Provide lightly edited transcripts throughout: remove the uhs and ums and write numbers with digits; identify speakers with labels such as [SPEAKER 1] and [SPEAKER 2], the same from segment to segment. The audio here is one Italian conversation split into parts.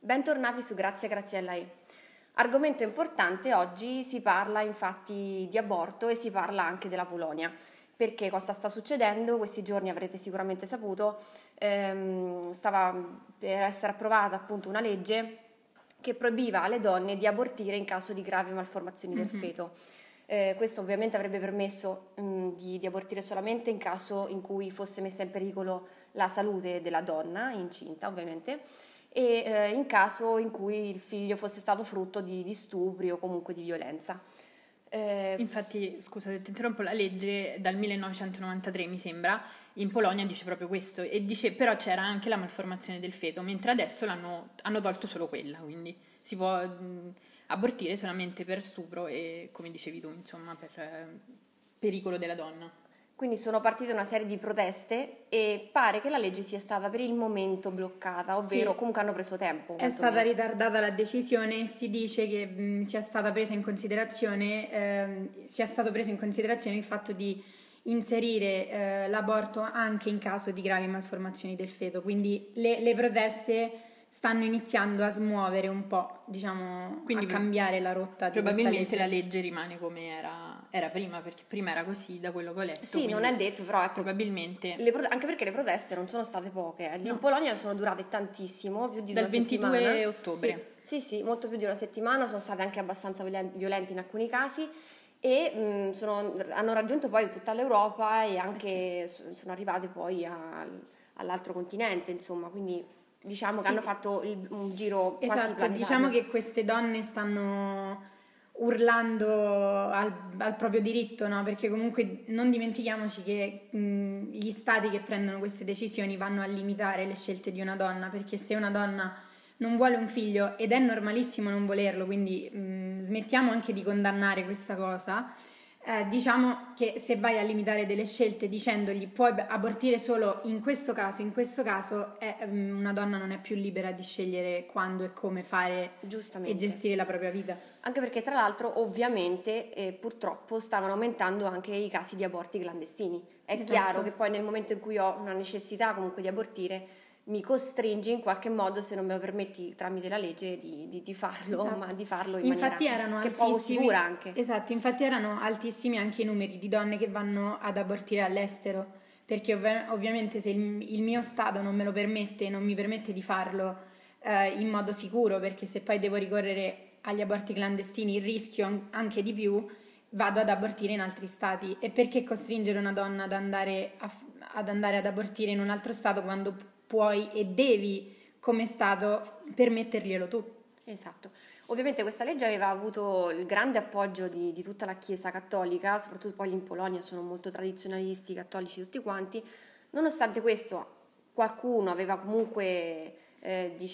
[SPEAKER 1] Bentornati su Grazie Graziella E. Argomento importante, oggi si parla infatti di aborto e si parla anche della Polonia. Perché cosa sta succedendo? Questi giorni avrete sicuramente saputo, stava per essere approvata appunto una legge che proibiva alle donne di abortire in caso di gravi malformazioni del feto. Questo ovviamente avrebbe permesso di abortire solamente in caso in cui fosse messa in pericolo la salute della donna incinta, ovviamente, e in caso in cui il figlio fosse stato frutto di stupri o comunque di violenza.
[SPEAKER 2] Infatti, scusa se ti interrompo, la legge dal 1993 mi sembra, in Polonia dice proprio questo, e dice però c'era anche la malformazione del feto, mentre adesso hanno tolto solo quella, quindi si può abortire solamente per stupro e, come dicevi tu, insomma, per pericolo della donna.
[SPEAKER 1] Quindi sono partite una serie di proteste e pare che la legge sia stata per il momento bloccata, ovvero comunque hanno preso tempo.
[SPEAKER 3] È stata ritardata la decisione e si dice che sia stato preso in considerazione il fatto di inserire l'aborto anche in caso di gravi malformazioni del feto. Quindi le proteste stanno iniziando a smuovere un po', diciamo, quindi a cambiare la rotta di
[SPEAKER 2] probabilmente la legge rimane come era prima, perché prima era così, da quello che ho letto.
[SPEAKER 1] Sì, non è detto, però ecco,
[SPEAKER 2] probabilmente
[SPEAKER 1] anche perché le proteste non sono state poche. No. In Polonia sono durate tantissimo, più di
[SPEAKER 2] dal
[SPEAKER 1] una
[SPEAKER 2] 22
[SPEAKER 1] settimana.
[SPEAKER 2] ottobre.
[SPEAKER 1] Sì, molto più di una settimana, sono state anche abbastanza violenti in alcuni casi e hanno raggiunto poi tutta l'Europa e anche sono arrivate poi all'altro continente, insomma, quindi diciamo che hanno fatto un giro quasi planetario.
[SPEAKER 3] Diciamo che queste donne stanno urlando al proprio diritto, no? Perché comunque non dimentichiamoci che gli stati che prendono queste decisioni vanno a limitare le scelte di una donna, perché se una donna non vuole un figlio, ed è normalissimo non volerlo, quindi smettiamo anche di condannare questa cosa. Diciamo che se vai a limitare delle scelte dicendogli puoi abortire solo in questo caso, una donna non è più libera di scegliere quando e come fare e gestire la propria vita.
[SPEAKER 1] Anche perché tra l'altro ovviamente purtroppo stavano aumentando anche i casi di aborti clandestini. È chiaro che poi nel momento in cui ho una necessità comunque di abortire mi costringi in qualche modo, se non me lo permetti tramite la legge, di farlo, ma di farlo in maniera che è poco sicura anche.
[SPEAKER 3] Esatto, infatti erano altissimi anche i numeri di donne che vanno ad abortire all'estero, perché ovviamente se il mio Stato non me lo permette, non mi permette di farlo in modo sicuro, perché se poi devo ricorrere agli aborti clandestini rischio anche di più, vado ad abortire in altri stati. E perché costringere una donna ad andare ad abortire in un altro stato quando puoi e devi, come Stato, permetterglielo tu?
[SPEAKER 1] Esatto. Ovviamente questa legge aveva avuto il grande appoggio di tutta la Chiesa cattolica, soprattutto poi in Polonia sono molto tradizionalisti, cattolici tutti quanti. Nonostante questo, qualcuno aveva comunque, si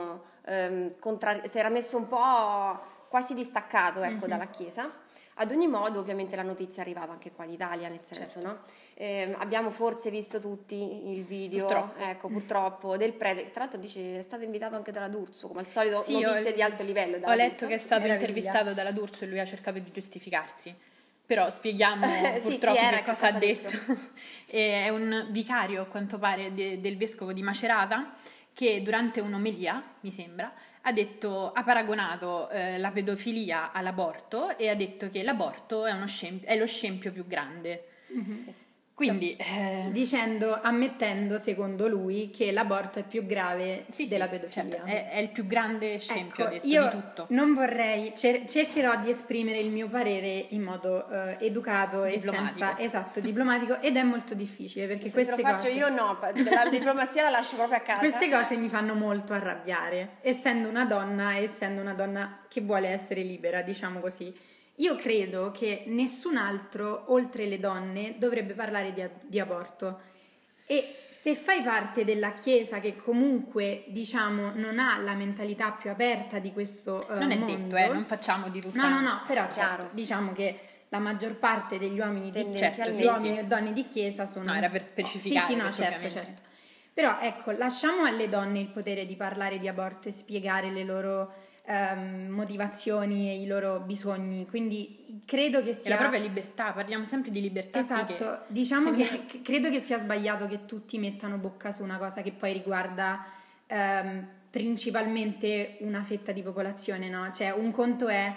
[SPEAKER 1] era messo un po' quasi distaccato dalla Chiesa. Ad ogni modo, ovviamente la notizia è arrivata anche qua in Italia, nel senso, no? Abbiamo forse visto tutti il video, purtroppo, del prete. Tra l'altro dice è stato invitato anche dalla D'Urso, come al solito, notizie di alto livello.
[SPEAKER 2] Ho letto che è stato intervistato dalla D'Urso e lui ha cercato di giustificarsi. Però spieghiamo purtroppo che cosa ha detto. È un vicario, a quanto pare, del vescovo di Macerata, che durante un'omelia, mi sembra, ha paragonato la pedofilia all'aborto e ha detto che l'aborto è lo scempio più grande.
[SPEAKER 1] Mm-hmm. Sì.
[SPEAKER 3] Quindi ammettendo secondo lui che l'aborto è più grave della pedofilia.
[SPEAKER 2] Certo, è il più grande scempio,
[SPEAKER 3] ecco,
[SPEAKER 2] di tutto.
[SPEAKER 3] Non vorrei, cercherò di esprimere il mio parere in modo educato
[SPEAKER 2] diplomatico.
[SPEAKER 3] e diplomatico, ed è molto difficile perché
[SPEAKER 1] se lo faccio io no, la diplomazia la lascio proprio a casa.
[SPEAKER 3] Queste cose mi fanno molto arrabbiare, essendo una donna che vuole essere libera, diciamo così. Io credo che nessun altro, oltre le donne, dovrebbe parlare di aborto. E se fai parte della Chiesa che comunque, diciamo, non ha la mentalità più aperta di questo
[SPEAKER 2] non
[SPEAKER 3] mondo,
[SPEAKER 2] è detto, non facciamo di tutto.
[SPEAKER 3] No, però certo, diciamo che la maggior parte degli uomini e donne di Chiesa sono...
[SPEAKER 2] No, era per specificare.
[SPEAKER 3] Certo. Però ecco, lasciamo alle donne il potere di parlare di aborto e spiegare le loro motivazioni e i loro bisogni, quindi credo che sia
[SPEAKER 2] la propria libertà, parliamo sempre di libertà.
[SPEAKER 3] Esatto, diciamo che credo che sia sbagliato che tutti mettano bocca su una cosa che poi riguarda principalmente una fetta di popolazione, no? Cioè un conto è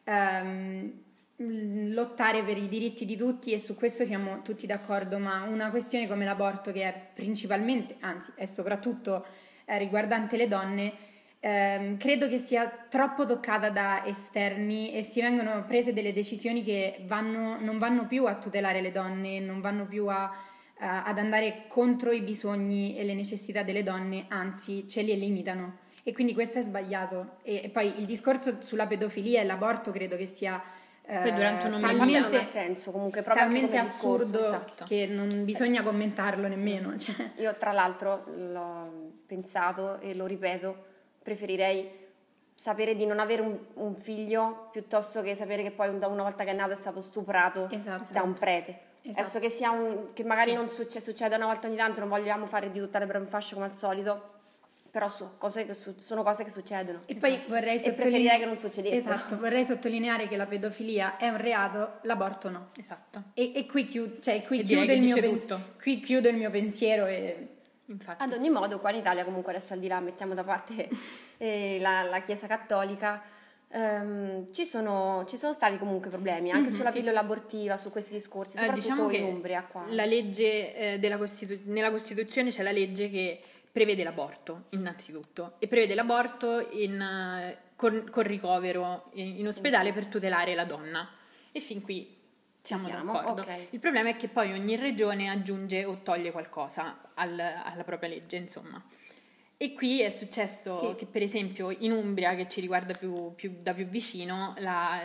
[SPEAKER 3] lottare per i diritti di tutti, e su questo siamo tutti d'accordo, ma una questione come l'aborto, che è principalmente, anzi è soprattutto riguardante le donne, credo che sia troppo toccata da esterni, e si vengono prese delle decisioni che non vanno più a tutelare le donne, non vanno più ad andare contro i bisogni e le necessità delle donne, anzi ce li limitano, e quindi questo è sbagliato. E poi il discorso sulla pedofilia e l'aborto credo che sia
[SPEAKER 2] durante un
[SPEAKER 1] talmente non ha senso, comunque proprio
[SPEAKER 3] talmente
[SPEAKER 1] assurdo,
[SPEAKER 3] assurdo,
[SPEAKER 2] esatto,
[SPEAKER 3] che non bisogna commentarlo nemmeno, cioè.
[SPEAKER 1] Io tra l'altro l'ho pensato e lo ripeto, preferirei sapere di non avere un figlio piuttosto che sapere che poi una volta che è nato è stato stuprato da un prete. Adesso che sia che magari non succede una volta ogni tanto, non vogliamo fare di tuttare per un fascio come al solito, però sono cose che succedono.
[SPEAKER 3] E poi vorrei
[SPEAKER 1] preferirei che non succedesse.
[SPEAKER 3] Esatto, vorrei sottolineare che la pedofilia è un reato, l'aborto no.
[SPEAKER 2] Esatto.
[SPEAKER 3] E qui chiudo il mio pensiero. E
[SPEAKER 2] infatti.
[SPEAKER 1] Ad ogni modo, qua in Italia, comunque adesso al di là mettiamo da parte la Chiesa Cattolica, ci sono stati comunque problemi anche sulla pillola abortiva, su questi discorsi, soprattutto
[SPEAKER 2] diciamo
[SPEAKER 1] in Umbria. Qua.
[SPEAKER 2] La legge nella Costituzione c'è la legge che prevede l'aborto innanzitutto, e prevede l'aborto con ricovero in ospedale per tutelare la donna, e fin qui siamo d'accordo.
[SPEAKER 1] Okay.
[SPEAKER 2] Il problema è che poi ogni regione aggiunge o toglie qualcosa alla propria legge, insomma. E qui è successo che per esempio in Umbria, che ci riguarda da più vicino, la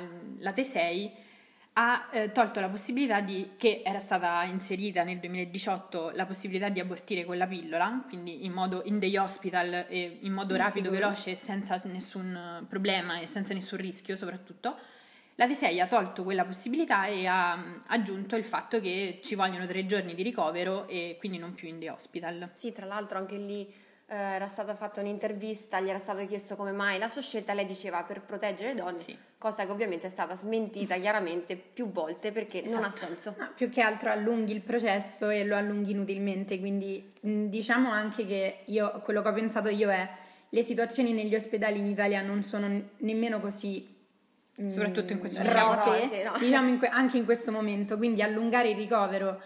[SPEAKER 2] T6 ha tolto la possibilità che era stata inserita nel 2018 la possibilità di abortire con la pillola, quindi in degli hospital e in modo rapido, veloce, senza nessun problema e senza nessun rischio soprattutto. La T6 ha tolto quella possibilità e ha aggiunto il fatto che ci vogliono 3 giorni di ricovero e quindi non più in the hospital.
[SPEAKER 1] Sì, tra l'altro anche lì era stata fatta un'intervista, gli era stato chiesto come mai la sua scelta, lei diceva per proteggere le donne, cosa che ovviamente è stata smentita chiaramente più volte perché non ha senso.
[SPEAKER 3] No, più che altro allunghi il processo e lo allunghi inutilmente, quindi diciamo anche che quello che ho pensato io è le situazioni negli ospedali in Italia non sono nemmeno così
[SPEAKER 2] soprattutto in questo
[SPEAKER 3] diciamo anche in questo momento, quindi allungare il ricovero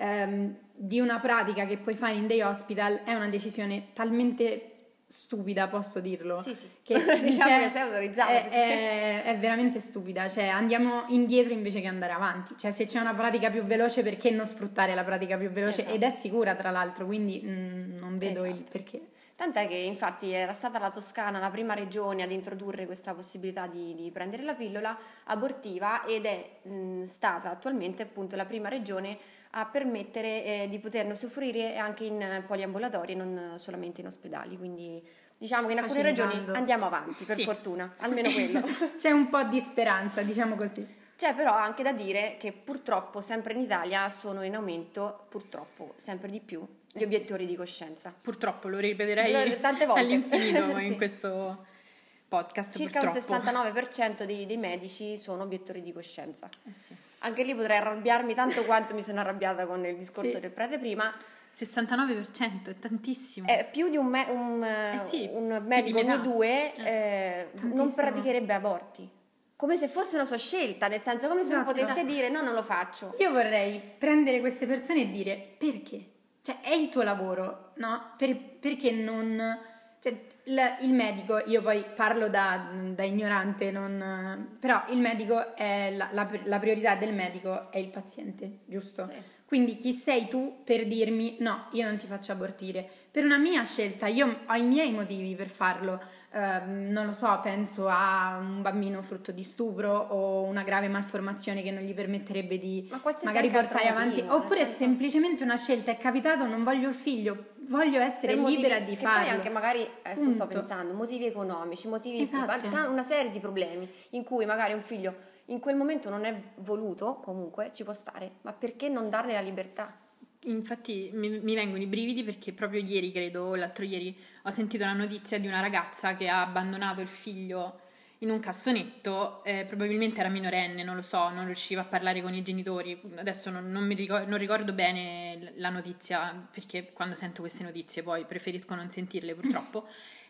[SPEAKER 3] di una pratica che puoi fare in day hospital è una decisione talmente stupida, posso dirlo,
[SPEAKER 1] che diciamo che sei autorizzato,
[SPEAKER 3] è veramente stupida, cioè andiamo indietro invece che andare avanti, cioè se c'è una pratica più veloce perché non sfruttare la pratica più veloce, ed è sicura tra l'altro, quindi non vedo il perché.
[SPEAKER 1] Tant'è che infatti era stata la Toscana la prima regione ad introdurre questa possibilità di prendere la pillola abortiva, ed è stata attualmente appunto la prima regione a permettere di poterne usufruire anche in poliambulatori, non solamente in ospedali, quindi diciamo che in alcune regioni andiamo avanti, per fortuna, almeno quello.
[SPEAKER 3] C'è un po' di speranza, diciamo così.
[SPEAKER 1] C'è però anche da dire che purtroppo sempre in Italia sono in aumento, purtroppo sempre di più, gli obiettori di coscienza.
[SPEAKER 2] Purtroppo, lo ripeterei tante volte all'infinito in questo podcast.
[SPEAKER 1] Circa
[SPEAKER 2] purtroppo.
[SPEAKER 1] Un 69% dei medici sono obiettori di coscienza. Anche lì potrei arrabbiarmi tanto quanto mi sono arrabbiata con il discorso del prete prima.
[SPEAKER 2] 69% è tantissimo.
[SPEAKER 1] Più di un medico ogni 2 non praticherebbe aborti. Come se fosse una sua scelta, nel senso come se non potesse dire no, non lo faccio.
[SPEAKER 3] Io vorrei prendere queste persone e dire perché? Cioè è il tuo lavoro, no? Perché non... Cioè, il medico, io poi parlo da ignorante, però il medico è la priorità del medico è il paziente, giusto? Sì. Quindi chi sei tu per dirmi no, io non ti faccio abortire? Per una mia scelta, io ho i miei motivi per farlo. Non lo so, penso a un bambino frutto di stupro o una grave malformazione che non gli permetterebbe di magari portare avanti, oppure semplicemente una scelta, è capitato, non voglio il figlio, voglio essere libera di farlo.
[SPEAKER 1] E poi anche magari, adesso sto pensando, motivi economici, una serie di problemi in cui magari un figlio in quel momento non è voluto, comunque ci può stare, ma perché non darne la libertà?
[SPEAKER 2] Infatti mi vengono i brividi perché proprio ieri, credo, l'altro ieri, ho sentito la notizia di una ragazza che ha abbandonato il figlio in un cassonetto, probabilmente era minorenne, non lo so, non riusciva a parlare con i genitori. Adesso non ricordo bene la notizia, perché quando sento queste notizie poi preferisco non sentirle purtroppo.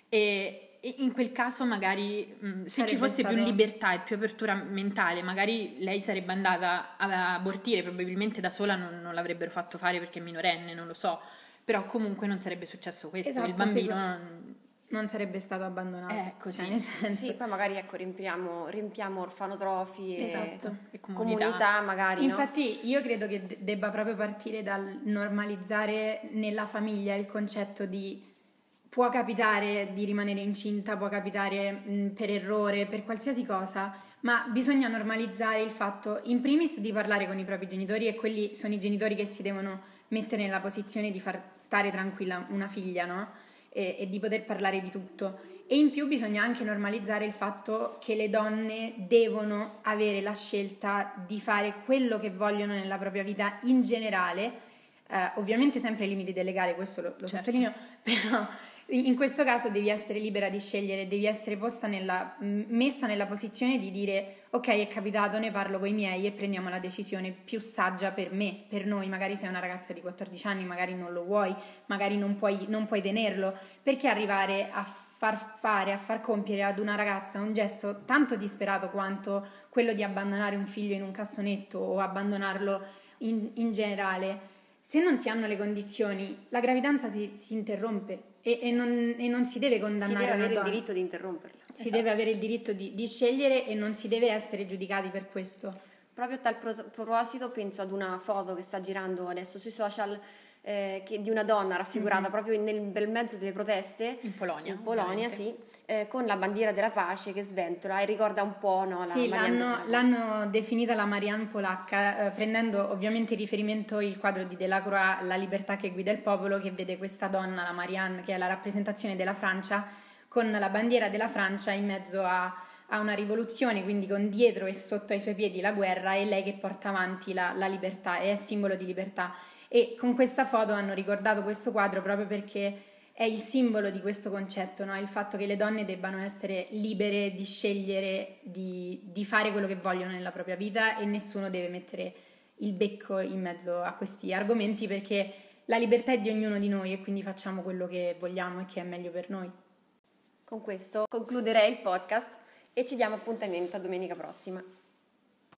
[SPEAKER 2] E in quel caso magari se ci fosse più libertà e più apertura mentale, magari lei sarebbe andata a abortire, probabilmente da sola non l'avrebbero fatto fare perché è minorenne, non lo so, però comunque non sarebbe successo questo, esatto, il bambino
[SPEAKER 3] non sarebbe stato abbandonato.
[SPEAKER 2] Così.
[SPEAKER 3] Cioè, nel senso...
[SPEAKER 1] Sì, poi magari riempiamo orfanotrofi
[SPEAKER 3] esatto.
[SPEAKER 1] e comunità magari.
[SPEAKER 3] Infatti io credo che debba proprio partire dal normalizzare nella famiglia il concetto di può capitare di rimanere incinta, può capitare per errore, per qualsiasi cosa, ma bisogna normalizzare il fatto in primis di parlare con i propri genitori, e quelli sono i genitori che si devono mettere nella posizione di far stare tranquilla una figlia, no? E di poter parlare di tutto. E in più bisogna anche normalizzare il fatto che le donne devono avere la scelta di fare quello che vogliono nella propria vita in generale, ovviamente sempre ai limiti del legale, questo lo certo. Sottolineo, però in questo caso devi essere libera di scegliere, devi essere messa nella posizione di dire ok, è capitato, ne parlo con i miei e prendiamo la decisione più saggia per me, per noi. Magari sei una ragazza di 14 anni, magari non lo vuoi, magari non puoi tenerlo, perché arrivare a far compiere ad una ragazza un gesto tanto disperato quanto quello di abbandonare un figlio in un cassonetto o abbandonarlo in generale. Se non si hanno le condizioni, la gravidanza si interrompe e non si deve condannare.
[SPEAKER 1] Si deve avere il diritto di interromperla.
[SPEAKER 3] Si deve avere il diritto di scegliere e non si deve essere giudicati per questo.
[SPEAKER 1] Proprio a tal proposito penso ad una foto che sta girando adesso sui social di una donna raffigurata proprio nel bel mezzo delle proteste
[SPEAKER 2] in Polonia
[SPEAKER 1] sì, con la bandiera della pace che sventola e ricorda un po', no, la
[SPEAKER 3] sì, l'hanno definita la Marianne polacca, prendendo ovviamente in riferimento il quadro di Delacroix, La libertà che guida il popolo, che vede questa donna, la Marianne, che è la rappresentazione della Francia, con la bandiera della Francia in mezzo a una rivoluzione, quindi con dietro e sotto ai suoi piedi la guerra, e lei che porta avanti la libertà, e è simbolo di libertà. E con questa foto hanno ricordato questo quadro proprio perché è il simbolo di questo concetto, no? Il fatto che le donne debbano essere libere di scegliere di fare quello che vogliono nella propria vita, e nessuno deve mettere il becco in mezzo a questi argomenti, perché la libertà è di ognuno di noi e quindi facciamo quello che vogliamo e che è meglio per noi.
[SPEAKER 1] Con questo concluderei il podcast e ci diamo appuntamento a domenica prossima.